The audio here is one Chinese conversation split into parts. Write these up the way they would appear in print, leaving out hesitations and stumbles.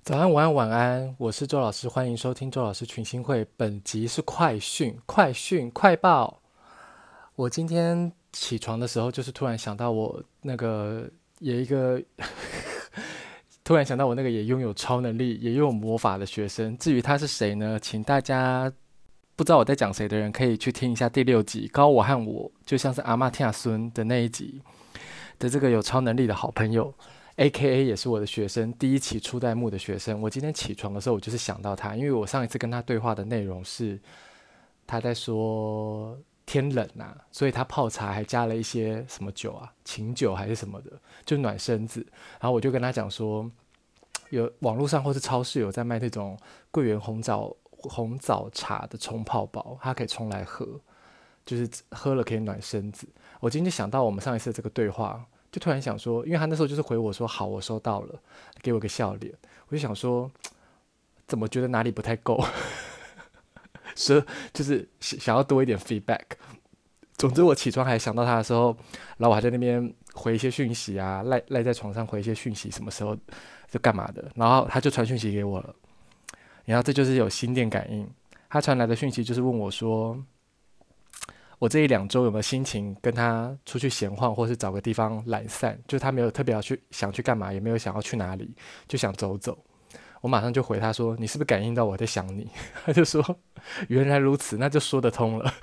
早安，午安，晚安，我是周老师，欢迎收听周老师群星会。本集是快讯，快讯，快报。我今天起床的时候，就是突然想到我那个有一个，突然想到我那个也拥有超能力、也拥有魔法的学生。至于他是谁呢？请大家不知道我在讲谁的人，可以去听一下第6集《高我和我就像是阿妈天孙》的那一集的这个有超能力的好朋友。A.K.A 也是我的学生，第一期初代目的学生。我今天起床的时候，我就是想到他，因为我上一次跟他对话的内容是他在说天冷啊，所以他泡茶还加了一些什么酒啊，琴酒还是什么的，就暖身子。然后我就跟他讲说，有网络上或是超市有在卖那种桂圆红枣茶的冲泡包，它可以冲来喝，就是喝了可以暖身子。我今天就想到我们上一次这个对话，就突然想说，因为他那时候就是回我说好，我收到了，给我个笑脸，我就想说，怎么觉得哪里不太够，是就是想要多一点 feedback。总之，我起床还想到他的时候，然后我还在那边回一些讯息啊，赖在床上回一些讯息，什么时候就干嘛的，然后他就传讯息给我了，然后这就是有心电感应。他传来的讯息就是问我说，我这1-2周有没有心情跟他出去闲晃，或是找个地方懒散？就是他没有特别想去干嘛，也没有想要去哪里，就想走走。我马上就回他说：“你是不是感应到我在想你？”他就说：“原来如此，那就说得通了。”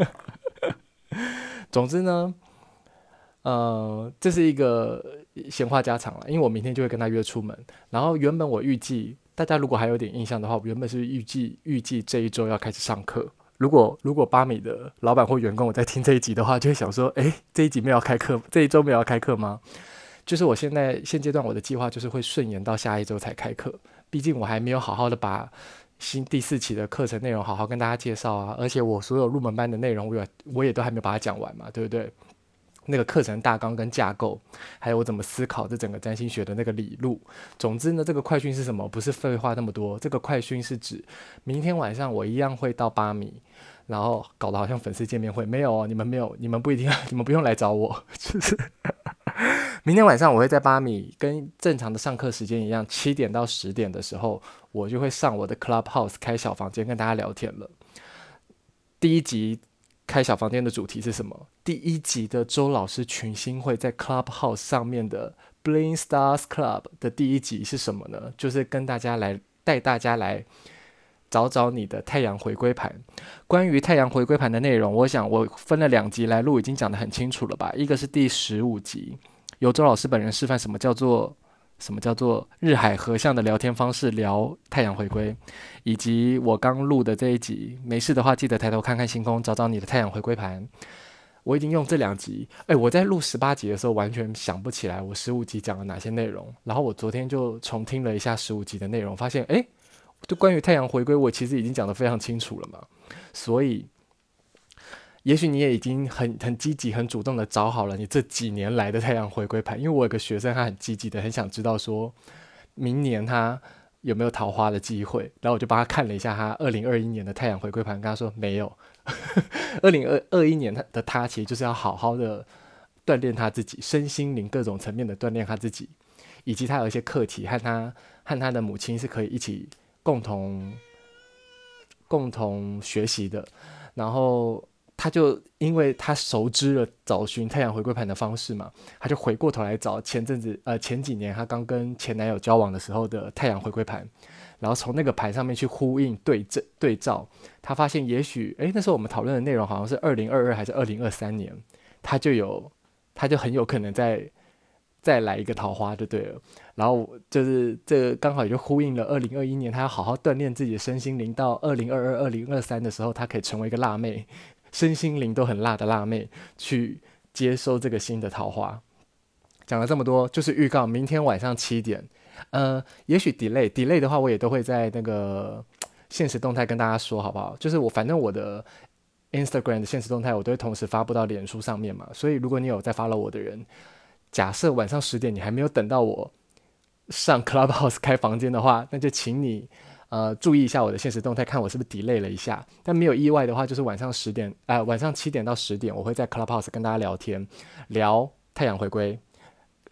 总之呢，这是一个闲话家常了，因为我明天就会跟他约出门。然后原本我预计，大家如果还有点印象的话，我原本是预计这一周要开始上课。如果巴米的老板或员工我在听这一集的话，就会想说，诶，这一集没有要开课，这一周没有要开课吗？就是我现阶段我的计划就是会顺延到下一周才开课，毕竟我还没有好好的把第4期的课程内容好好跟大家介绍啊，而且我所有入门班的内容我也都还没有把它讲完嘛，对不对？那个课程大纲跟架构，还有我怎么思考这整个占星学的那个理路。总之呢，这个快讯是什么？不是废话那么多，这个快讯是指明天晚上我一样会到巴米，然后搞得好像粉丝见面会，没有哦，你们没有，你们不一定，你们不用来找我，就是明天晚上我会在巴米，跟正常的上课时间一样，7点到10点的时候，我就会上我的 Clubhouse 开小房间跟大家聊天了。第一集开小房间的主题是什么？第一集的周老师群星会在 Clubhouse 上面的 Bling Stars Club 的第一集是什么呢？就是带大家来找找你的太阳回归盘。关于太阳回归盘的内容，我想我分了2集来录，已经讲得很清楚了吧？一个是第15集，由周老师本人示范什么叫做日海合相的聊天方式聊太阳回归，以及我刚录的这一集，没事的话记得抬头看看星空，找找你的太阳回归盘。我已经用这2集，我在录18集的时候完全想不起来我15集讲了哪些内容，然后我昨天就重听了一下15集的内容，发现就关于太阳回归，我其实已经讲得非常清楚了嘛，所以也许你也已经很积极、很主动的找好了你这几年来的太阳回归盘，因为我有个学生，他很积极的，很想知道说明年他有没有桃花的机会，然后我就帮他看了一下他2021年的太阳回归盘，跟他说没有。2021年他其实就是要好好的锻炼他自己，身心灵各种层面的锻炼他自己，以及他有一些课题和他的母亲是可以一起共同共同学习的，然后他就因为他熟知了找寻太阳回归盘的方式嘛，他就回过头来找前几年他刚跟前男友交往的时候的太阳回归盘，然后从那个盘上面去呼应对照，他发现也许那时候我们讨论的内容好像是2022还是2023年，他就有他就很有可能再来一个桃花就对了。然后就是这个刚好也就呼应了2021年，他要好好锻炼自己的身心灵，到2022、2023的时候，他可以成为一个辣妹，身心灵都很辣的辣妹，去接收这个新的桃花。讲了这么多，就是预告明天晚上7点。也许 delay 的话，我也都会在那个现实动态跟大家说，好不好？就是反正我的 Instagram 的现实动态，我都会同时发布到脸书上面嘛。所以如果你有在 follow 我的人，假设晚上10点你还没有等到我上 Clubhouse 开房间的话，那就请你注意一下我的现实动态，看我是不是 delay 了一下。但没有意外的话，就是晚上7点到10点，我会在 Clubhouse 跟大家聊天，聊太阳回归，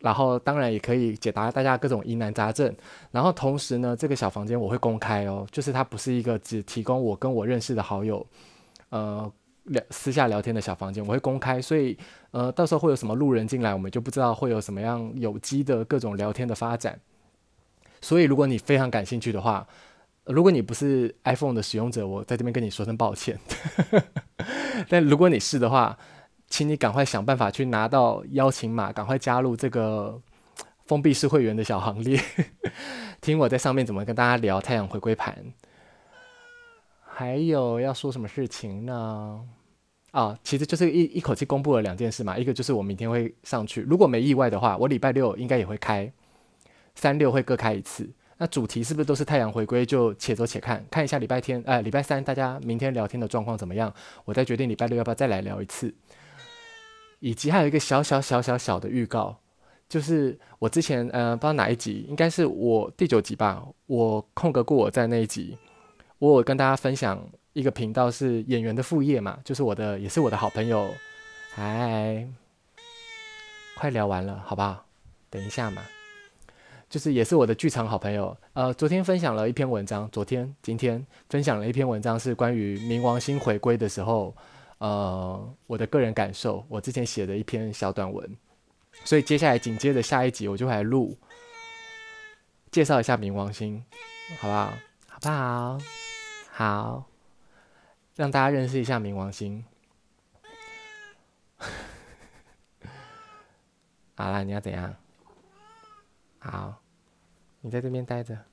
然后当然也可以解答大家各种疑难杂症。然后同时呢，这个小房间我会公开哦，就是它不是一个只提供我跟我认识的好友，私下聊天的小房间，我会公开，所以到时候会有什么路人进来，我们就不知道会有什么样有机的各种聊天的发展。所以如果你非常感兴趣的话，如果你不是 iPhone 的使用者，我在这边跟你说声抱歉。但如果你是的话，请你赶快想办法去拿到邀请码，赶快加入这个封闭式会员的小行列。听我在上面怎么跟大家聊太阳回归盘。还有要说什么事情呢？其实就是一口气公布了2件事嘛，一个就是我明天会上去，如果没意外的话，我礼拜六应该也会开，3、6会各开一次。那主题是不是都是太阳回归？就且走且看，看一下礼拜三大家明天聊天的状况怎么样，我再决定礼拜六要不要再来聊一次。以及还有一个小的预告，就是我之前不知道哪一集，应该是我第9集吧，我空格过我在那一集，我有跟大家分享一个频道是演员的副业嘛，就是也是我的好朋友，嗨，快聊完了，好不好？等一下嘛，就是也是我的剧场好朋友，昨天分享了一篇文章，今天分享了一篇文章，是关于冥王星回归的时候，我的个人感受，我之前写的一篇小短文，所以接下来紧接着下一集我就来录，介绍一下冥王星，好不好？好不好？好，让大家认识一下冥王星。好啦，你要怎样？好，你在这边待着。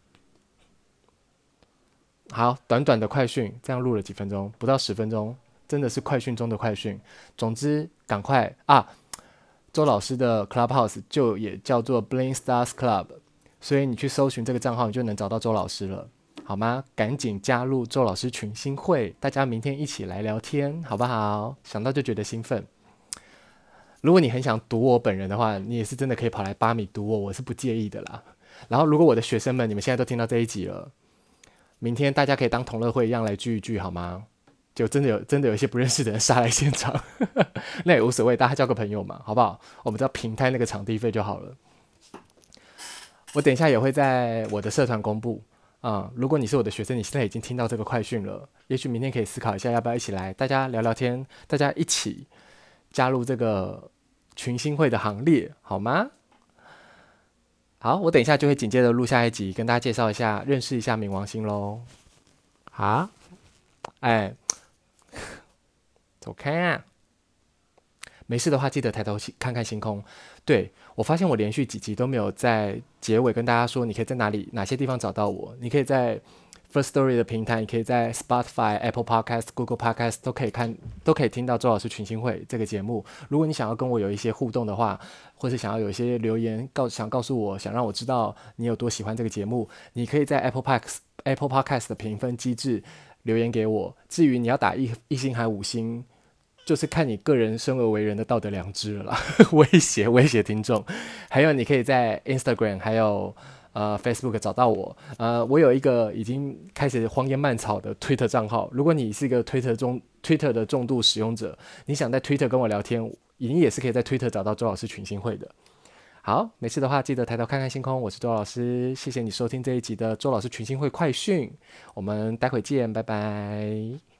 好，短短的快讯，这样录了几分钟，不到10分钟，真的是快讯中的快讯。总之，赶快啊！周老师的 Clubhouse 就也叫做 Bling Stars Club， 所以你去搜寻这个账号，你就能找到周老师了，好吗？赶紧加入周老师群星会，大家明天一起来聊天，好不好？想到就觉得兴奋。如果你很想读我本人的话，你也是真的可以跑来8米读我，我是不介意的啦。然后，如果我的学生们，你们现在都听到这一集了，明天大家可以当同乐会一样来聚一聚，好吗？就真的有一些不认识的人杀来现场，那也无所谓，大家交个朋友嘛，好不好？我们只要平摊那个场地费就好了。我等一下也会在我的社团公布如果你是我的学生，你现在已经听到这个快讯了，也许明天可以思考一下，要不要一起来，大家聊聊天，大家一起加入这个群星会的行列，好吗？好，我等一下就会紧接着录下一集，跟大家介绍一下，认识一下冥王星喽。好，哎，走开啊！没事的话，记得抬头看看星空。对，我发现我连续几集都没有在结尾跟大家说，你可以在哪些地方找到我。你可以在 First Story 的平台，你可以在 Spotify、Apple Podcast、Google Podcast 都可以听到周老师群星会这个节目。如果你想要跟我有一些互动的话，或是想要有一些留言想告诉我，想让我知道你有多喜欢这个节目，你可以在 Apple Podcast 的评分机制留言给我。至于你要打一星还5星，就是看你个人生而为人的道德良知了啦。威胁听众。还有你可以在 Instagram 还有Facebook 找到我。我有一个已经开始荒烟蔓草的 Twitter 账号，如果你是一个 Twitter 的重度使用者，你想在 Twitter 跟我聊天，你也是可以在 Twitter 找到周老师群星会的。好，没事的话记得抬头看看星空，我是周老师，谢谢你收听这一集的周老师群星会快讯，我们待会见，拜拜。